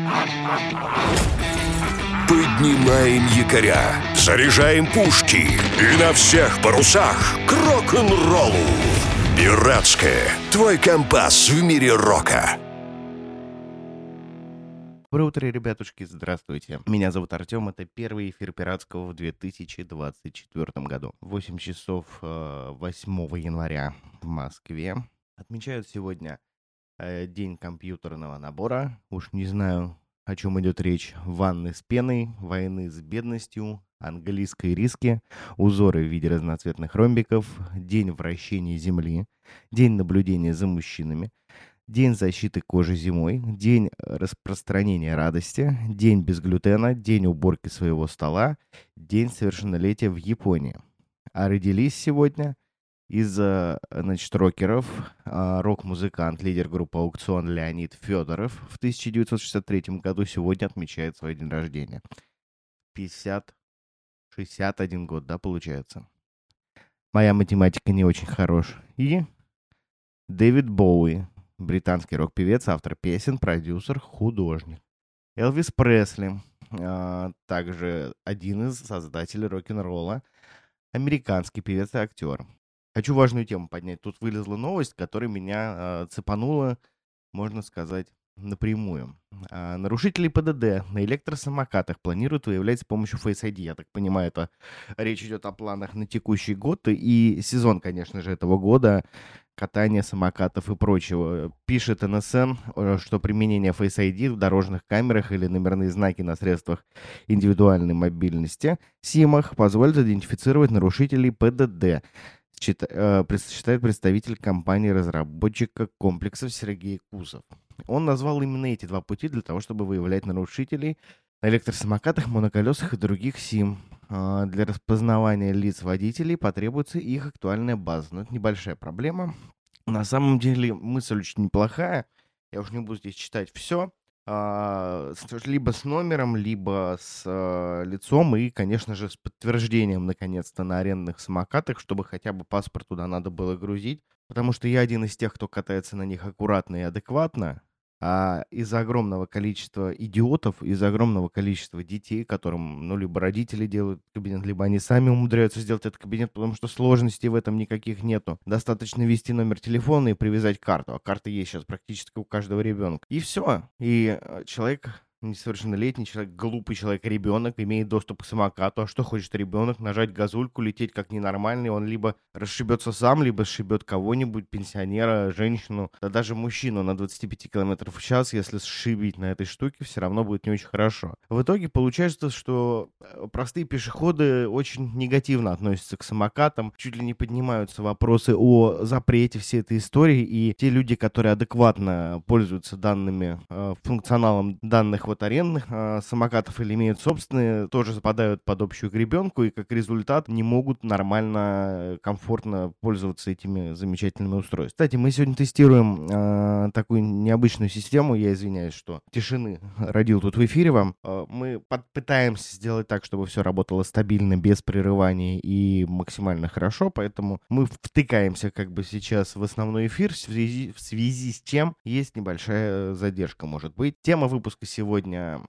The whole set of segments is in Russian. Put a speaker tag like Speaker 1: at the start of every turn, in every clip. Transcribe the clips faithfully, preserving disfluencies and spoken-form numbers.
Speaker 1: Поднимаем якоря, заряжаем пушки и на всех парусах к рок-н-роллу. Пиратское. Твой компас в мире рока.
Speaker 2: Доброе утро, ребятушки, здравствуйте. Меня зовут Артем, это первый эфир Пиратского в две тысячи двадцать четвёртом году. восемь часов э, восьмого января в Москве. Отмечают сегодня э, день компьютерного набора. Уж не знаю, о чем идет речь. Ванны с пеной, войны с бедностью, английской риски, узоры в виде разноцветных ромбиков, день вращения Земли, день наблюдения за мужчинами, день защиты кожи зимой, день распространения радости, день без глютена, день уборки своего стола, день совершеннолетия в Японии. А родились сегодня из, значит, рокеров рок-музыкант, лидер группы «Аукцион» Леонид Федоров в тысяча девятьсот шестьдесят третьем году сегодня отмечает свой день рождения. пятьдесят, шестьдесят один год, да, получается? Моя математика не очень хорош. И Дэвид Боуи. Британский рок-певец, автор песен, продюсер, художник. Элвис Пресли, а, также один из создателей рок-н-ролла, американский певец и актер. Хочу важную тему поднять. Тут вылезла новость, которая меня а, цепанула, можно сказать, напрямую. А, нарушители ПДД на электросамокатах планируют выявлять с помощью Face ай ди. Я так понимаю, это речь идет о планах на текущий год и сезон, конечно же, этого года. Катание самокатов и прочего. Пишет эн эс эн, что применение Face ай ди в дорожных камерах или номерные знаки на средствах индивидуальной мобильности, СИМах, позволит идентифицировать нарушителей ПДД, считает представитель компании-разработчика комплексов Сергей Кузов. Он назвал именно эти два пути для того, чтобы выявлять нарушителей на электросамокатах, моноколесах и других СИМ. Для распознавания лиц водителей потребуется их актуальная база. Но это небольшая проблема. На самом деле мысль очень неплохая. Я уж не буду здесь читать все. Либо с номером, либо с лицом и, конечно же, с подтверждением, наконец-то, на арендных самокатах, чтобы хотя бы паспорт туда надо было грузить. Потому что я один из тех, кто катается на них аккуратно и адекватно. А из-за огромного количества идиотов, из-за огромного количества детей, которым, ну, либо родители делают кабинет, либо они сами умудряются сделать этот кабинет, потому что сложностей в этом никаких нету. Достаточно ввести номер телефона и привязать карту, а карта есть сейчас практически у каждого ребенка. И все. И человек, несовершеннолетний человек, глупый человек, ребенок, имеет доступ к самокату. А что хочет ребенок? Нажать газульку, лететь как ненормальный. Он либо расшибется сам, либо сшибет кого-нибудь, пенсионера, женщину, да даже мужчину на двадцати пяти километрах в час. Если сшибить на этой штуке, все равно будет не очень хорошо. В итоге получается, что простые пешеходы очень негативно относятся к самокатам. Чуть ли не поднимаются вопросы о запрете всей этой истории. И те люди, которые адекватно пользуются данными, функционалом данных вот арендных э, самокатов или имеют собственные, тоже западают под общую гребенку и как результат не могут нормально, комфортно пользоваться этими замечательными устройствами. Кстати, мы сегодня тестируем э, такую необычную систему, я извиняюсь, что тишины родил тут в эфире вам. Э, мы пытаемся сделать так, чтобы все работало стабильно, без прерываний и максимально хорошо, поэтому мы втыкаемся как бы сейчас в основной эфир, в связи, в связи с чем есть небольшая задержка, может быть. Тема выпуска сегодня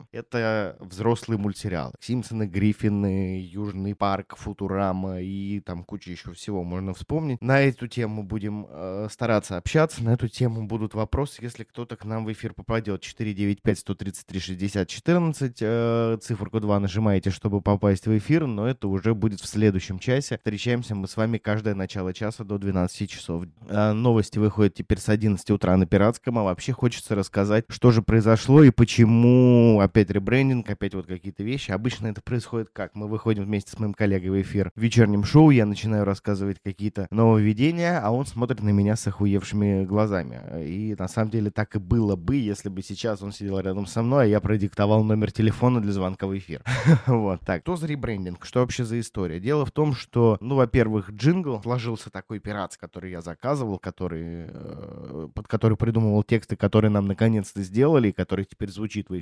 Speaker 2: это взрослые мультсериалы. Симпсоны, Гриффины, Южный парк, Футурама и там куча еще всего можно вспомнить. На эту тему будем э, стараться общаться, на эту тему будут вопросы, если кто-то к нам в эфир попадет. четыре девять пять сто тридцать три шестьдесят четырнадцать, э, циферку два нажимаете, чтобы попасть в эфир, но это уже будет в следующем часе. Встречаемся мы с вами каждое начало часа до двенадцати часов. Э, новости выходят теперь с одиннадцати утра на Пиратском, а вообще хочется рассказать, что же произошло и почему опять ребрендинг, опять вот какие-то вещи. Обычно это происходит как? Мы выходим вместе с моим коллегой в эфир в вечернем шоу, я начинаю рассказывать какие-то нововведения, а он смотрит на меня с охуевшими глазами. И на самом деле так и было бы, если бы сейчас он сидел рядом со мной, а я продиктовал номер телефона для звонка в эфир. Вот так. Что за ребрендинг? Что вообще за история? Дело в том, что, ну, во-первых, джингл сложился такой пиратский, который я заказывал, который, под который придумывал тексты, которые нам наконец-то сделали, и который теперь звучит в эфире.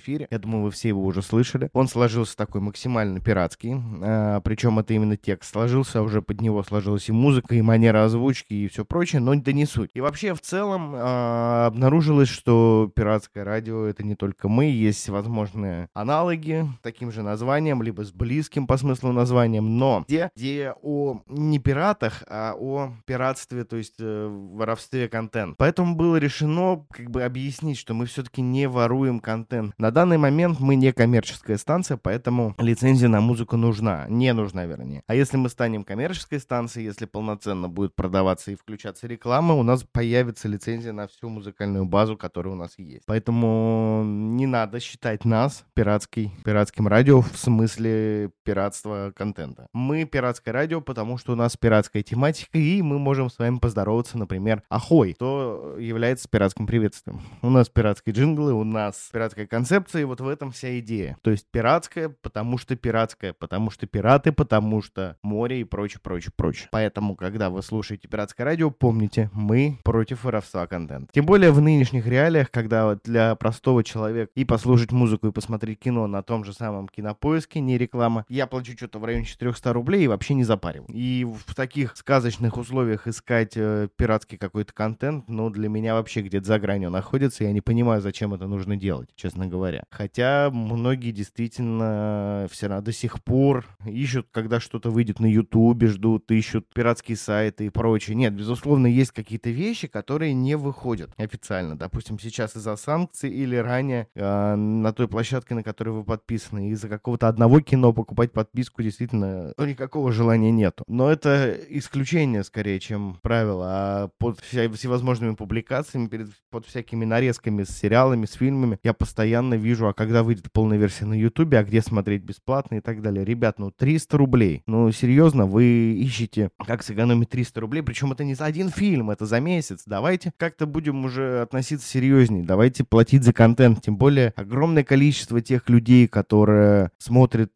Speaker 2: эфире. Я думаю, вы все его уже слышали. Он сложился такой максимально пиратский, а, причем это именно текст сложился, а уже под него сложилась и музыка, и манера озвучки, и все прочее, но да не суть. И вообще, в целом, а, обнаружилось, что пиратское радио — это не только мы, есть возможные аналоги таким же названием, либо с близким по смыслу названием, но где, где о не пиратах, а о пиратстве, то есть э, воровстве контента. Поэтому было решено как бы объяснить, что мы все-таки не воруем контент. На данный момент мы не коммерческая станция, поэтому лицензия на музыку нужна, не нужна, вернее. А если мы станем коммерческой станцией, если полноценно будет продаваться и включаться реклама, у нас появится лицензия на всю музыкальную базу, которая у нас есть. Поэтому не надо считать нас пиратской, пиратским радио в смысле пиратства контента. Мы пиратское радио, потому что у нас пиратская тематика, и мы можем с вами поздороваться, например, ахой, что является пиратским приветствием. У нас пиратские джинглы, у нас пиратская концепция, и вот в этом вся идея. То есть пиратская, потому что пиратская, потому что пираты, потому что море и прочее, прочее, прочее. Поэтому, когда вы слушаете пиратское радио, помните, мы против воровства контента. Тем более в нынешних реалиях, когда вот для простого человека и послушать музыку, и посмотреть кино на том же самом Кинопоиске, не реклама, я плачу что-то в районе четыреста рублей и вообще не запариваю. И в таких сказочных условиях искать э, пиратский какой-то контент, ну, для меня вообще где-то за гранью находится. Я не понимаю, зачем это нужно делать, честно говоря. Хотя многие действительно все равно до сих пор ищут, когда что-то выйдет на Ютубе, ждут, ищут пиратские сайты и прочее. Нет, безусловно, есть какие-то вещи, которые не выходят официально. Допустим, сейчас из-за санкций или ранее э, на той площадке, на которой вы подписаны, из-за какого-то одного кино покупать подписку действительно ну, никакого желания нету. Но это исключение скорее, чем правило. А под вся, всевозможными публикациями, перед, под всякими нарезками с сериалами, с фильмами я постоянно вижу, а когда выйдет полная версия на Ютубе, а где смотреть бесплатно и так далее. Ребят, ну триста рублей. Ну серьезно, вы ищете, как сэкономить триста рублей, причем это не за один фильм, это за месяц. Давайте как-то будем уже относиться серьезнее. Давайте платить за контент. Тем более огромное количество тех людей, которые смотрят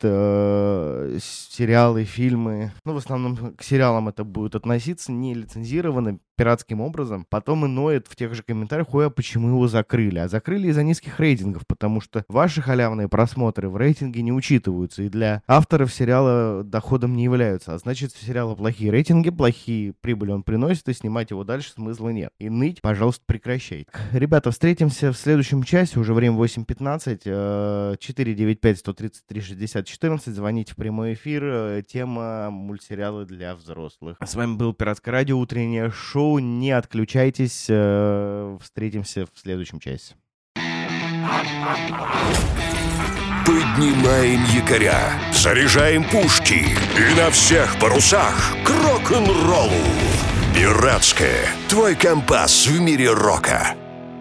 Speaker 2: э, сериалы, фильмы, ну в основном к сериалам это будет относиться не лицензированно, пиратским образом, потом и ноет в тех же комментариях, ой, а почему его закрыли? А закрыли из-за низких рейтингов, потому что ваши халявные просмотры в рейтинге не учитываются, и для авторов сериала доходом не являются. А значит, у сериала плохие рейтинги, плохие прибыли он приносит, и снимать его дальше смысла нет. И ныть, пожалуйста, прекращайте. Ребята, встретимся в следующем часе, уже время восемь пятнадцать, четыре девять пять сто тридцать три шестьдесят четырнадцать, звоните в прямой эфир, тема мультсериалы для взрослых. С вами был Пиратское радио, утреннее шоу. Не отключайтесь. Встретимся в следующем часе.
Speaker 1: Поднимаем якоря, заряжаем пушки и на всех парусах к рок-н-роллу. Пиратское. Твой компас в мире рока.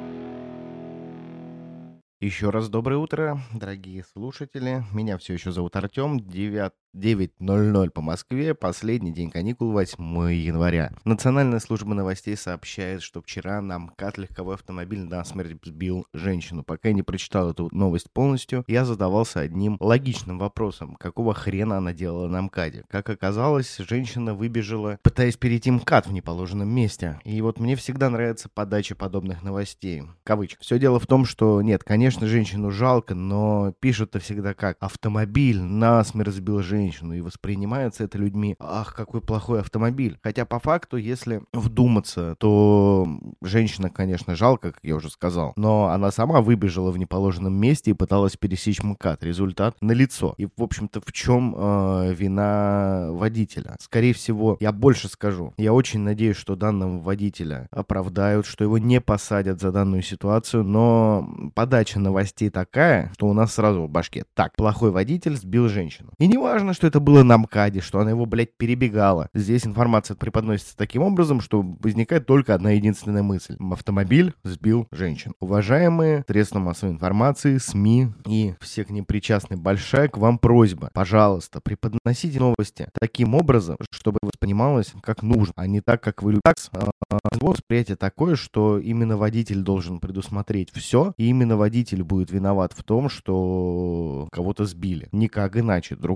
Speaker 2: Еще раз доброе утро, дорогие слушатели. Меня все еще зовут Артем. девять ноль ноль по Москве. Последний день каникул, восьмого января. Национальная служба новостей сообщает, что вчера на МКАД легковой автомобиль насмерть сбил женщину. Пока я не прочитал эту новость полностью, я задавался одним логичным вопросом. Какого хрена она делала на МКАДе? Как оказалось, женщина выбежала, пытаясь перейти МКАД в неположенном месте. И вот мне всегда нравится подача подобных новостей. Кавычка. Все дело в том, что нет, конечно, Конечно, женщину жалко, но пишут-то всегда как: автомобиль насмерть сбил женщину, и воспринимается это людьми: ах, какой плохой автомобиль. Хотя по факту, если вдуматься, то женщина, конечно, жалко, как я уже сказал, но она сама выбежала в неположенном месте и пыталась пересечь МКАД. Результат налицо. И, в общем-то, в чем э, вина водителя? Скорее всего, я больше скажу. Я очень надеюсь, что данного водителя оправдают, что его не посадят за данную ситуацию, но подача новостей такая, что у нас сразу в башке: так, плохой водитель сбил женщину. И не важно, что это было на МКАДе, что она его, блядь, перебегала. Здесь информация преподносится таким образом, что возникает только одна единственная мысль: автомобиль сбил женщину. Уважаемые средства массовой информации, СМИ и все к ним причастны, большая к вам просьба: пожалуйста, преподносите новости таким образом, чтобы воспринималось как нужно, а не так, как вы любите. Восприятие такое, что именно водитель должен предусмотреть все, и именно водитель будет виноват в том, что кого-то сбили. Никак иначе. Другого варианта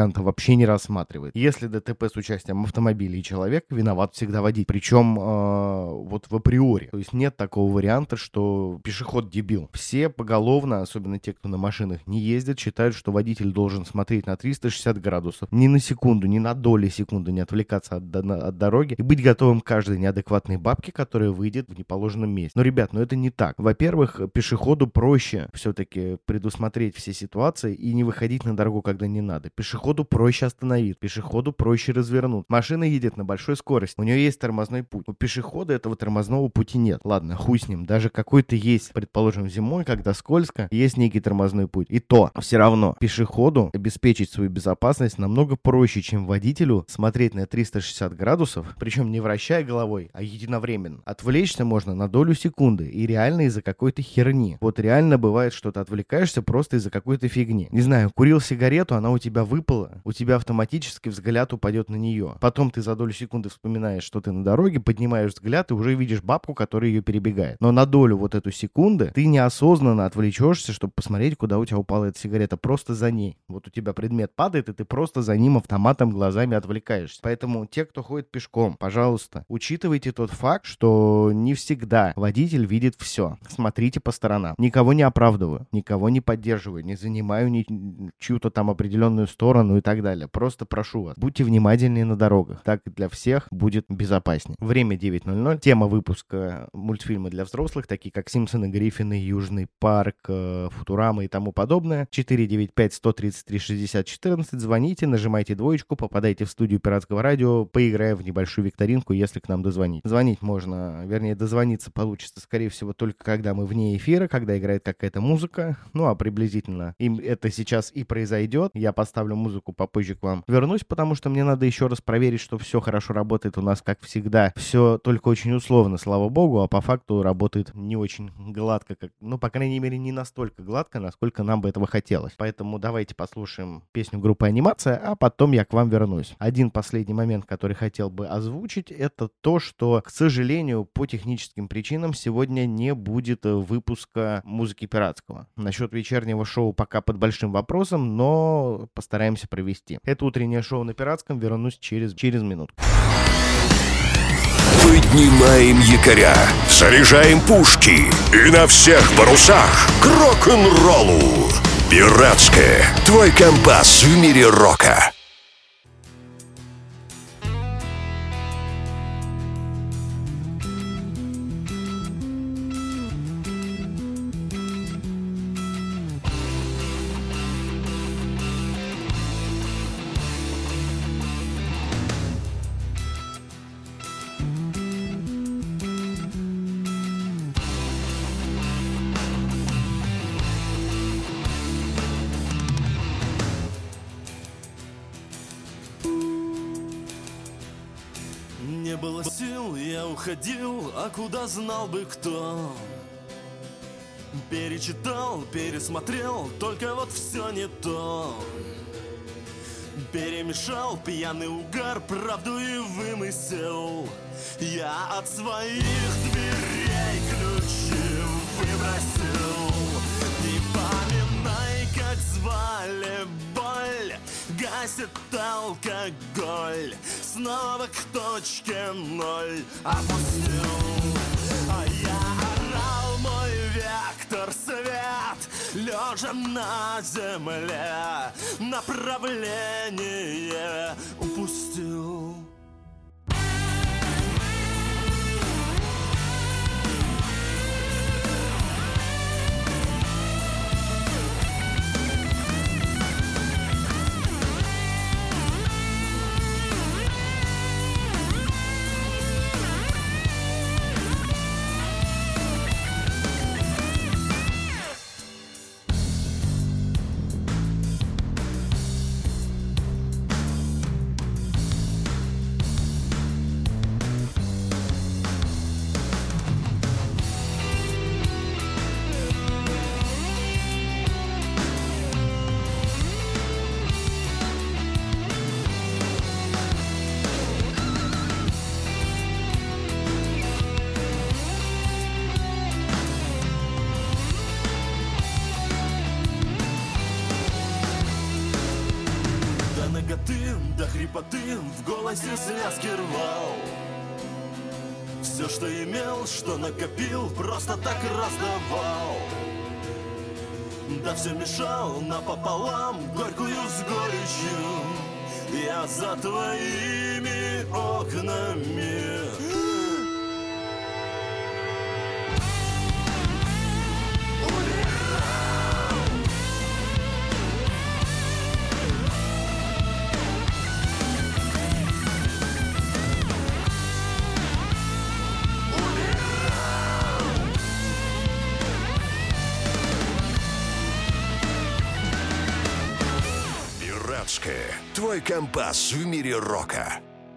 Speaker 2: варианта вообще не рассматривает. Если ДТП с участием автомобиля и человека, виноват всегда водитель. Причем э, вот в априори. То есть нет такого варианта, что пешеход дебил. Все поголовно, особенно те, кто на машинах не ездит, считают, что водитель должен смотреть на триста шестьдесят градусов. Ни на секунду, ни на доли секунды не отвлекаться от, от дороги и быть готовым к каждой неадекватной бабке, которая выйдет в неположенном месте. Но, ребят, ну это не так. Во-первых, пешеходу проще все-таки предусмотреть все ситуации и не выходить на дорогу, когда не надо. Пешеходу проще остановить, пешеходу проще развернуть. Машина едет на большой скорости, у нее есть тормозной путь. У пешехода этого тормозного пути нет. Ладно, хуй с ним. Даже какой-то есть, предположим, зимой, когда скользко, есть некий тормозной путь. И то, все равно, пешеходу обеспечить свою безопасность намного проще, чем водителю смотреть на триста шестьдесят градусов, причем не вращая головой, а единовременно. Отвлечься можно на долю секунды, и реально из-за какой-то херни. Вот реально бывает, что ты отвлекаешься просто из-за какой-то фигни. Не знаю, курил сигарету, она у тебя выпала, у тебя автоматически взгляд упадет на нее. Потом ты за долю секунды вспоминаешь, что ты на дороге, поднимаешь взгляд и уже видишь бабку, которая ее перебегает. Но на долю вот эту секунды ты неосознанно отвлечешься, чтобы посмотреть, куда у тебя упала эта сигарета. Просто за ней. Вот у тебя предмет падает, и ты просто за ним автоматом глазами отвлекаешься. Поэтому те, кто ходит пешком, пожалуйста, учитывайте тот факт, что не всегда водитель видит все. Смотрите по сторонам. Никого не оправдываю, никого не поддерживаю, не занимаю ни чью-то там определенную сторону и так далее. Просто прошу вас, будьте внимательнее на дорогах. Так для всех будет безопаснее. Время девять ноль ноль. Тема выпуска мультфильмы для взрослых, такие как «Симпсоны», «Гриффины», «Южный парк», «Футурама» и тому подобное. четыре девять пять сто тридцать три шестьдесят четырнадцать. Звоните, нажимайте двоечку, попадайте в студию Пиратского радио, поиграем в небольшую викторинку, если к нам дозвонить. Звонить можно, вернее, дозвониться получится, скорее всего, только когда мы вне эфира, когда играет какая-то музыка. Ну, а приблизительно им это сейчас и произойдет. Я поставлю музыку, попозже к вам вернусь, потому что мне надо еще раз проверить, что все хорошо работает у нас, как всегда. Все только очень условно, слава богу, а по факту работает не очень гладко, как, ну, по крайней мере, не настолько гладко, насколько нам бы этого хотелось. Поэтому давайте послушаем песню группы «Анимация», а потом я к вам вернусь. Один последний момент, который хотел бы озвучить, это то, что, к сожалению, по техническим причинам сегодня не будет выпуска музыки пиратского. Насчет вечернего шоу пока под большим вопросом, но постараемся провести. Это утреннее шоу на Пиратском. Вернусь через, через минутку.
Speaker 1: Поднимаем якоря, заряжаем пушки и на всех парусах к рок-н-роллу. Пиратское. Твой компас в мире рока.
Speaker 3: Не было сил, я уходил, а куда знал бы кто. Перечитал, пересмотрел, только вот все не то. Перемешал пьяный угар, правду и вымысел. Я от своих дверей ключи выбросил. Не поминай, как звали боль, гасит алкоголь. Снова к точке ноль опустил. А я орал, мой вектор свет, лежа на земле, направление упустил. темноты до хрипоты в голосе связки рвал. Все, что имел, что накопил, просто так раздавал. Да все мешал напополам, горькую с горечью. Я за твоими окнами.
Speaker 1: Твой компас в мире рока.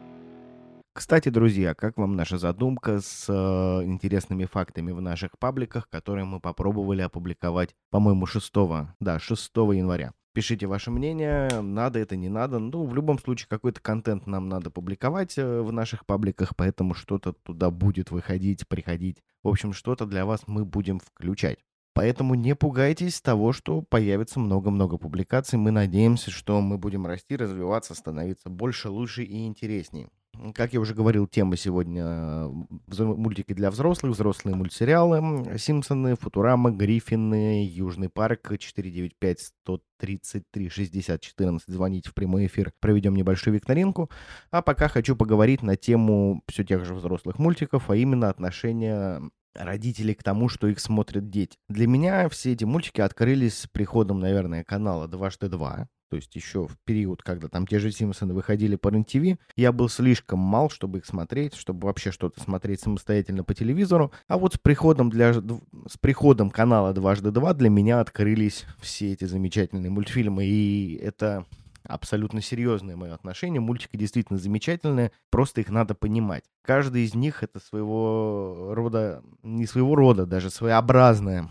Speaker 2: Кстати, друзья, как вам наша задумка с э, интересными фактами в наших пабликах, которые мы попробовали опубликовать, по-моему, шестого, да, шестого января? Пишите ваше мнение, надо это, не надо. Ну, в любом случае, какой-то контент нам надо публиковать э, в наших пабликах, поэтому что-то туда будет выходить, приходить. В общем, что-то для вас мы будем включать. Поэтому не пугайтесь того, что появится много-много публикаций. Мы надеемся, что мы будем расти, развиваться, становиться больше, лучше и интереснее. Как я уже говорил, тема сегодня мультики для взрослых, взрослые мультсериалы, Симпсоны, Футурама, Гриффины, Южный парк, четыре девять пять сто тридцать три шестьдесят четырнадцать. Звоните в прямой эфир, проведем небольшую викторинку. А пока хочу поговорить на тему все тех же взрослых мультиков, а именно отношения родителей к тому, что их смотрят дети. Для меня все эти мультики открылись с приходом, наверное, канала дважды два. То есть еще в период, когда там те же Симпсоны выходили по эр эн ти ви, я был слишком мал, чтобы их смотреть, чтобы вообще что-то смотреть самостоятельно по телевизору. А вот с приходом, для, с приходом канала дважды два для меня открылись все эти замечательные мультфильмы. И это абсолютно серьезное мое отношение. Мультики действительно замечательные, просто их надо понимать. Каждый из них — это своего рода, не своего рода, даже своеобразная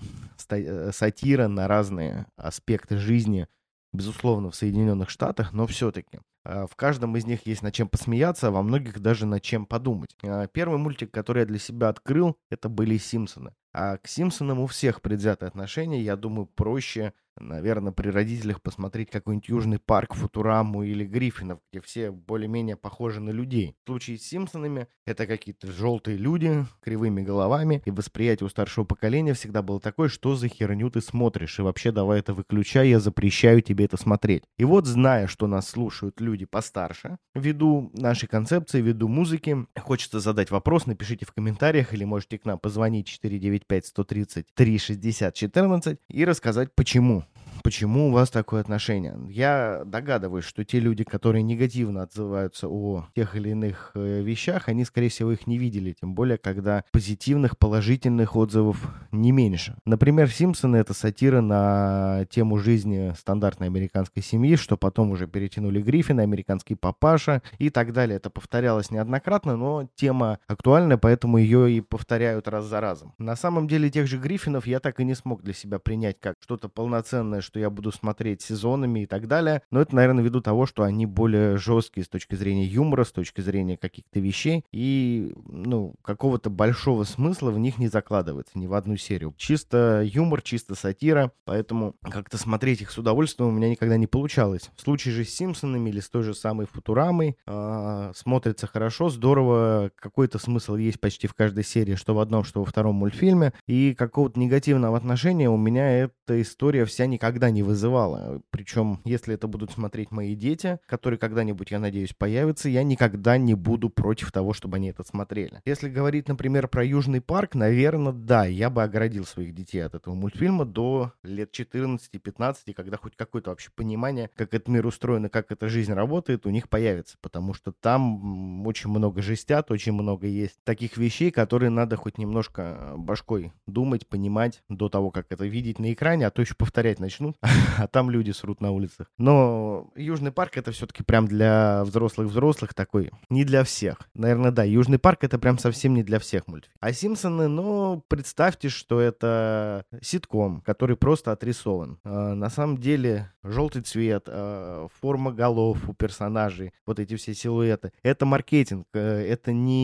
Speaker 2: сатира на разные аспекты жизни, безусловно, в Соединенных Штатах, но все-таки. В каждом из них есть над чем посмеяться, а во многих даже над чем подумать. Первый мультик, который я для себя открыл, это были «Симпсоны». А к «Симпсонам» у всех предвзятые отношения. Я думаю, проще, наверное, при родителях посмотреть какой-нибудь «Южный парк», «Футураму» или «Гриффинов», где все более-менее похожи на людей. В случае с «Симпсонами» это какие-то желтые люди, кривыми головами, и восприятие у старшего поколения всегда было такое: что за херню ты смотришь, и вообще давай это выключай, я запрещаю тебе это смотреть. И вот, зная, что нас слушают люди постарше, ввиду нашей концепции, ввиду музыки, хочется задать вопрос, напишите в комментариях или можете к нам позвонить четыре девять пять сто тридцать три шестьдесят четырнадцать и рассказать, почему. Почему у вас такое отношение? Я догадываюсь, что те люди, которые негативно отзываются о тех или иных э, вещах, они, скорее всего, их не видели. Тем более, когда позитивных, положительных отзывов не меньше. Например, «Симпсоны» — это сатира на тему жизни стандартной американской семьи, что потом уже перетянули Гриффины, «Американский папаша» и так далее. Это повторялось неоднократно, но тема актуальна, поэтому ее и повторяют раз за разом. На самом деле, тех же Гриффинов я так и не смог для себя принять как что-то полноценное, что я буду смотреть сезонами и так далее. Но это, наверное, ввиду того, что они более жесткие с точки зрения юмора, с точки зрения каких-то вещей. И, ну, какого-то большого смысла в них не закладывается ни в одну серию. Чисто юмор, чисто сатира. Поэтому как-то смотреть их с удовольствием у меня никогда не получалось. В случае же с «Симпсонами» или с той же самой «Футурамой» э, смотрится хорошо, здорово. Какой-то смысл есть почти в каждой серии, что в одном, что во втором мультфильме. И какого-то негативного отношения у меня эта история вся никогда не вызывала. Причем, если это будут смотреть мои дети, которые когда-нибудь, я надеюсь, появятся, я никогда не буду против того, чтобы они это смотрели. Если говорить, например, про «Южный парк», наверное, да, я бы оградил своих детей от этого мультфильма до лет четырнадцати-пятнадцати, когда хоть какое-то вообще понимание, как этот мир устроен и как эта жизнь работает, у них появится. Потому что там очень много жестят, очень много есть таких вещей, которые надо хоть немножко башкой думать, понимать до того, как это видеть на экране, а то еще повторять начнут, а там люди срут на улицах. Но «Южный парк» — это все-таки прям для взрослых-взрослых такой, не для всех. Наверное, да, «Южный парк» — это прям совсем не для всех мультфильм. А «Симпсоны», ну, представьте, что это ситком, который просто отрисован. А, на самом деле, желтый цвет, а, форма голов у персонажей, вот эти все силуэты — это маркетинг, это не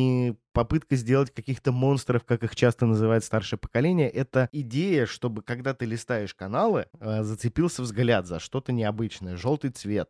Speaker 2: попытка сделать каких-то монстров, как их часто называет старшее поколение, это идея, чтобы когда ты листаешь каналы, э, зацепился взгляд за что-то необычное, желтый цвет,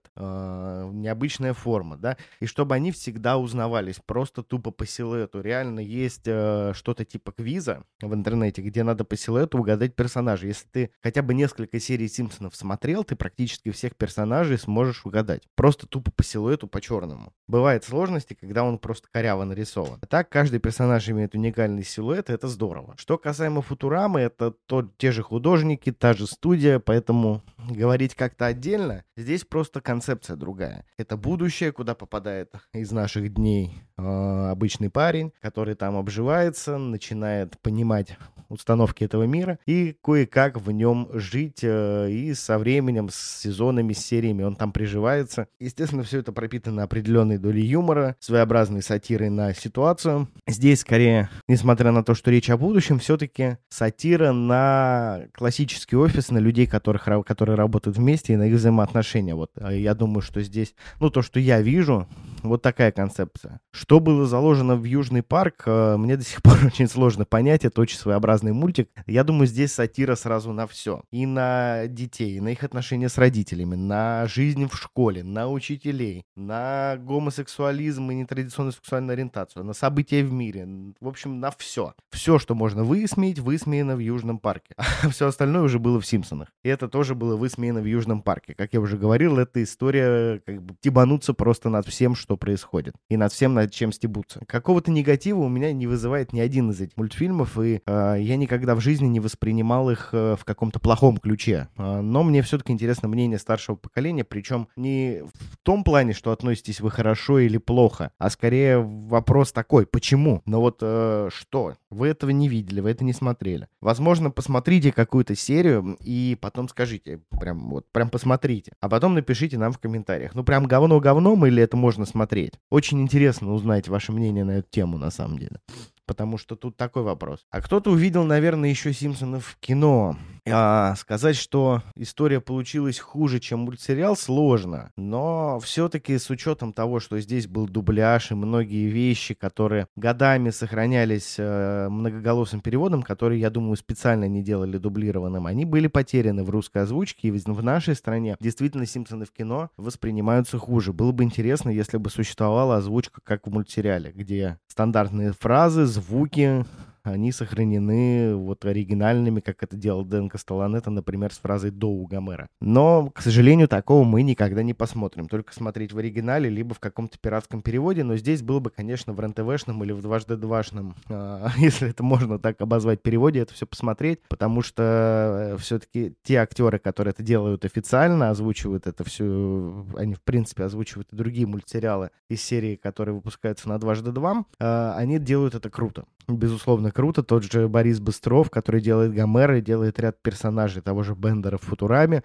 Speaker 2: э, необычная форма, да, и чтобы они всегда узнавались просто тупо по силуэту. Реально есть э, что-то типа квиза в интернете, где надо по силуэту угадать персонажа. Если ты хотя бы несколько серий Симпсонов смотрел, ты практически всех персонажей сможешь угадать. Просто тупо по силуэту, по черному. Бывают сложности, когда он просто коряво нарисован. А так каждый персонаж имеет уникальный силуэт, и это здорово. Что касаемо Футурамы, это то, те же художники, та же студия, поэтому говорить как-то отдельно, здесь просто концепция другая. Это будущее, куда попадает из наших дней э, обычный парень, который там обживается, начинает понимать установки этого мира и кое-как в нем жить, э, и со временем, с сезонами, с сериями он там приживается. Естественно, все это пропитано определенной долей юмора, своеобразной сатирой на ситуацию. Здесь, скорее, несмотря на то, что речь о будущем, все-таки сатира на классический офис, на людей, которых, которые работают вместе, и на их взаимоотношения. Вот я думаю, что здесь, ну, то, что я вижу, вот такая концепция. Что было заложено в Южный парк, мне до сих пор очень сложно понять. Это очень своеобразный мультик. Я думаю, здесь сатира сразу на все. И на детей, и на их отношения с родителями, на жизнь в школе, на учителей, на гомосексуализм и нетрадиционную сексуальную ориентацию, на события в мире. В общем, на все. Все, что можно высмеять, высмеяно в Южном парке. А все остальное уже было в Симпсонах. И это тоже было высмеяно в Южном парке. Как я уже говорил, это история как бы стебануться просто над всем, что происходит. И над всем, над чем стебутся. Какого-то негатива у меня не вызывает ни один из этих мультфильмов, и э, я никогда в жизни не воспринимал их э, в каком-то плохом ключе. Э, но мне все-таки интересно мнение старшего поколения, причем не в том плане, что относитесь вы хорошо или плохо, а скорее вопрос такой, почему? Но вот э, что? Вы этого не видели, вы это не смотрели. Возможно, посмотрите какую-то серию и потом скажите, прям вот, прям посмотрите. А потом напишите нам в комментариях. Ну, прям говно говном или это можно смотреть? Очень интересно узнать ваше мнение на эту тему, на самом деле. Потому что тут такой вопрос. А кто-то увидел, наверное, еще Симпсонов в кино. А сказать, что история получилась хуже, чем мультсериал, сложно. Но все-таки с учетом того, что здесь был дубляж и многие вещи, которые годами сохранялись э, многоголосым переводом, которые, я думаю, специально не делали дублированным, они были потеряны в русской озвучке. И в нашей стране действительно Симпсоны в кино воспринимаются хуже. Было бы интересно, если бы существовала озвучка, как в мультсериале, где стандартные фразы, звуки, они сохранены вот оригинальными, как это делал Дэн Кастелланета, например, с фразой «до» у Гомера. Но, к сожалению, такого мы никогда не посмотрим. Только смотреть в оригинале, либо в каком-то пиратском переводе. Но здесь было бы, конечно, в эр эн тэ вэ-шном или в дважды двашном, э, если это можно так обозвать, переводе, это все посмотреть. Потому что все-таки те актеры, которые это делают официально, озвучивают это все, они, в принципе, озвучивают и другие мультсериалы из серии, которые выпускаются на дважды два, э, они делают это круто. Безусловно, круто. Тот же Борис Быстров, который делает Гомера и делает ряд персонажей того же Бендера в Футураме.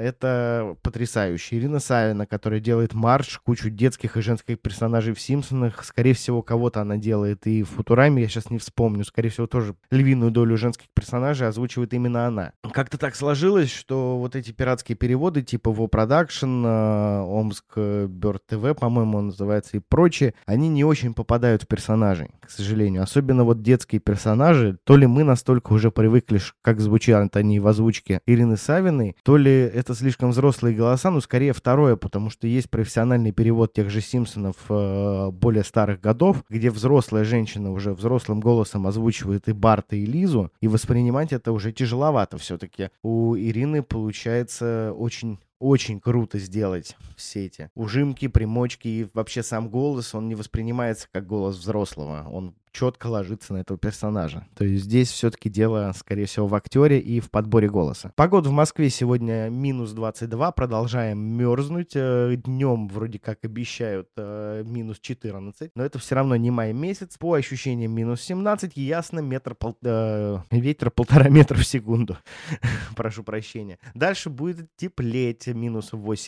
Speaker 2: Это потрясающе. Ирина Савина, которая делает Мардж, кучу детских и женских персонажей в Симпсонах. Скорее всего, кого-то она делает и в Футураме, я сейчас не вспомню. Скорее всего, тоже львиную долю женских персонажей озвучивает именно она. Как-то так сложилось, что вот эти пиратские переводы типа Во Продакшн, Омск Бёрд ТВ, по-моему, он называется, и прочие, они не очень попадают в персонажей, к сожалению. Особенно вот детские персонажи, то ли мы настолько уже привыкли, как звучат они в озвучке Ирины Савиной, то ли это слишком взрослые голоса, но скорее второе, потому что есть профессиональный перевод тех же Симпсонов э, более старых годов, где взрослая женщина уже взрослым голосом озвучивает и Барта, и Лизу, и воспринимать это уже тяжеловато все-таки. У Ирины получается очень... Очень круто сделать все эти ужимки, примочки и вообще сам голос, он не воспринимается как голос взрослого, он четко ложится на этого персонажа. То есть здесь все-таки дело, скорее всего, в актере и в подборе голоса. Погода в Москве сегодня минус двадцать два, продолжаем мерзнуть. Днем вроде как обещают минус четырнадцать, но это все равно не май месяц. По ощущениям минус семнадцать, ясно, метр пол... э, ветер полтора метра в секунду. Прошу прощения. Дальше будет теплеть, минус восемь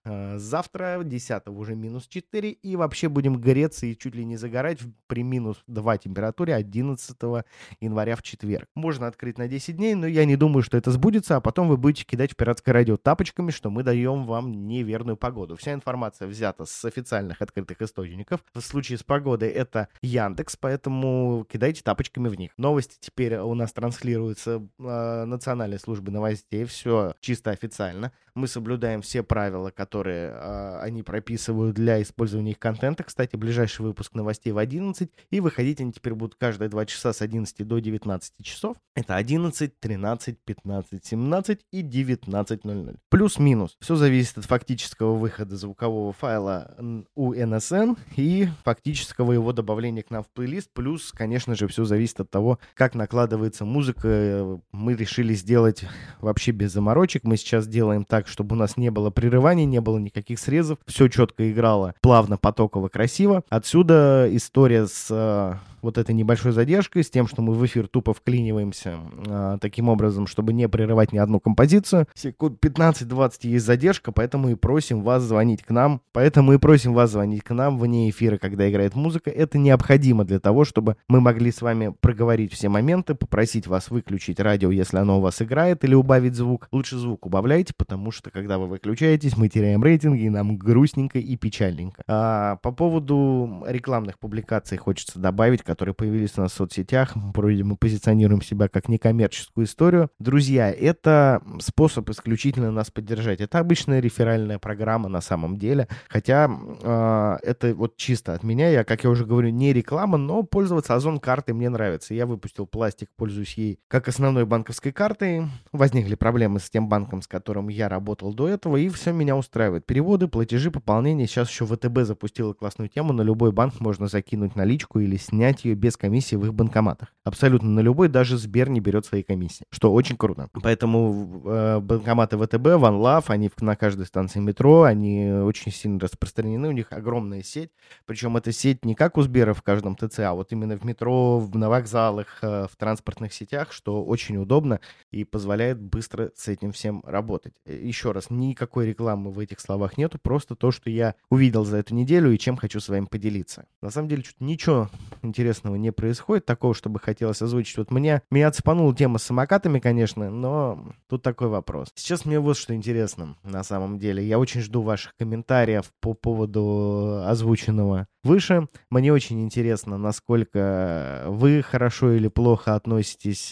Speaker 2: э, завтра, десятого уже минус четыре, и вообще будем греться и чуть ли не загорать при минус два температуре одиннадцатого января в четверг. Можно открыть на десять дней, но я не думаю, что это сбудется, а потом вы будете кидать в пиратское радио тапочками, что мы даем вам неверную погоду. Вся информация взята с официальных открытых источников. В случае с погодой это Яндекс, поэтому кидайте тапочками в них. Новости теперь у нас транслируются э, национальной службой новостей, все чисто официально. Мы соблюдаем все правила, которые э, они прописывают для использования их контента. Кстати, ближайший выпуск новостей в одиннадцать, и выходить они теперь будут каждые два часа с одиннадцати до девятнадцати часов. Это одиннадцать, тринадцать, пятнадцать, семнадцать и девятнадцать ноль ноль. Плюс-минус. Все зависит от фактического выхода звукового файла у эн эс эн и фактического его добавления к нам в плейлист. Плюс, конечно же, все зависит от того, как накладывается музыка. Мы решили сделать вообще без заморочек. Мы сейчас делаем так, чтобы у нас не было прерываний, не было никаких срезов. Все четко играло, плавно, потоково, красиво. Отсюда история с э, вот этой небольшой задержкой, с тем, что мы в эфир тупо вклиниваемся э, таким образом, чтобы не прерывать ни одну композицию. Секунд пятнадцать-двадцать есть задержка, поэтому и просим вас звонить к нам. Поэтому и просим вас звонить к нам вне эфира, когда играет музыка. Это необходимо для того, чтобы мы могли с вами проговорить все моменты, попросить вас выключить радио, если оно у вас играет, или убавить звук. Лучше звук убавляйте, потому что, когда вы выключаетесь, мы теряем рейтинги, и нам грустненько и печальненько. А по поводу рекламных публикаций хочется добавить, которые появились у нас в соцсетях. Вроде мы позиционируем себя как некоммерческую историю. Друзья, это способ исключительно нас поддержать. Это обычная реферальная программа на самом деле. Хотя э, это вот чисто от меня. Я, как я уже говорю, не реклама, но пользоваться Озон-картой мне нравится. Я выпустил пластик, пользуюсь ей как основной банковской картой. Возникли проблемы с тем банком, с которым я работал до этого, и все меня устраивает. Переводы, платежи, пополнения. Сейчас еще ВТБ запустила классную тему. На любой банк можно закинуть наличку или снять ее без комиссии в их банкоматах. Абсолютно на любой, даже Сбер не берет свои комиссии, что очень круто. Поэтому э, банкоматы ВТБ, One Love, они на каждой станции метро, они очень сильно распространены, у них огромная сеть. Причем эта сеть не как у Сбера в каждом ТЦ, а вот именно в метро, в, на вокзалах, э, в транспортных сетях, что очень удобно и позволяет быстро с этим всем работать. Еще раз, никакой рекламы в этих словах нету, просто то, что я увидел за эту неделю и чем хочу с вами поделиться. На самом деле, что-то ничего интересного не происходит, такого, чтобы хотелось озвучить. Вот мне, меня цепанула тема с самокатами, конечно, но тут такой вопрос. Сейчас мне вот что интересно на самом деле. Я очень жду ваших комментариев по поводу озвученного выше. Мне очень интересно, насколько вы хорошо или плохо относитесь.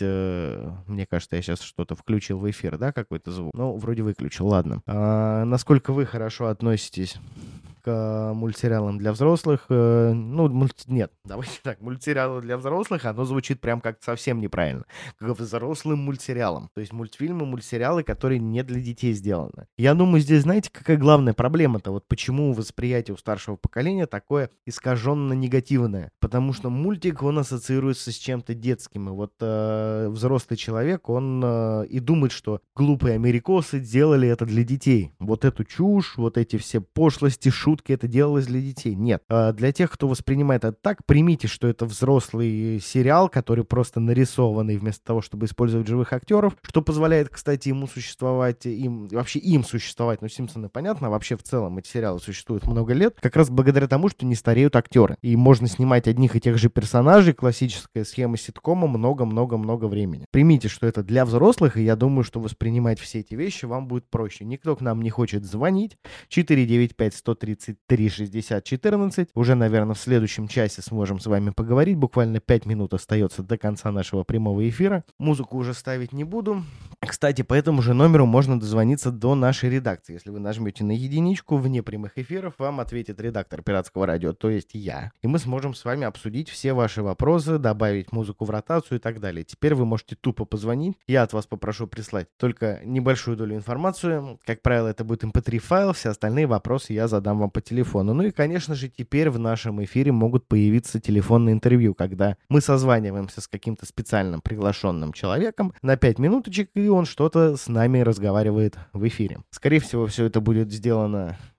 Speaker 2: Мне кажется, я сейчас что-то включил в эфир, да, какой-то звук? Ну, вроде выключил, ладно. А, насколько вы хорошо относитесь к мультсериалам для взрослых. Ну, мульти... нет, давайте так, мультсериалы для взрослых, оно звучит прям как совсем неправильно. Как взрослым мультсериалом. То есть мультфильмы, мультсериалы, которые не для детей сделаны. Я думаю, здесь, знаете, какая главная проблема-то? Вот почему восприятие у старшего поколения такое искаженно-негативное? Потому что мультик, он ассоциируется с чем-то детским. И вот э, взрослый человек, он э, и думает, что глупые америкосы делали это для детей. Вот эту чушь, вот эти все пошлости, шутки, это делалось для детей. Нет. А для тех, кто воспринимает это так, примите, что это взрослый сериал, который просто нарисованный вместо того, чтобы использовать живых актеров, что позволяет, кстати, ему существовать, им, вообще им существовать. Ну, Симпсоны, понятно, а вообще в целом эти сериалы существуют много лет, как раз благодаря тому, что не стареют актеры. И можно снимать одних и тех же персонажей, классическая схема ситкома, много-много-много времени. Примите, что это для взрослых, и я думаю, что воспринимать все эти вещи вам будет проще. Никто к нам не хочет звонить. четыре девять пять сто тридцать три шестьдесят четырнадцать. Уже, наверное, в следующем часе сможем с вами поговорить. Буквально пять минут остается до конца нашего прямого эфира. Музыку уже ставить не буду. Кстати, по этому же номеру можно дозвониться до нашей редакции. Если вы нажмете на единичку вне прямых эфиров, вам ответит редактор Пиратского радио, то есть я. И мы сможем с вами обсудить все ваши вопросы, добавить музыку в ротацию и так далее. Теперь вы можете тупо позвонить. Я от вас попрошу прислать только небольшую долю информации. Как правило, это будет эм пэ три файл. Все остальные вопросы я задам вам по телефону. Ну и, конечно же, теперь в нашем эфире могут появиться телефонные интервью, когда мы созваниваемся с каким-то специальным приглашенным человеком на пять минуточек, и он что-то с нами разговаривает в эфире. Скорее всего, все это будет сделано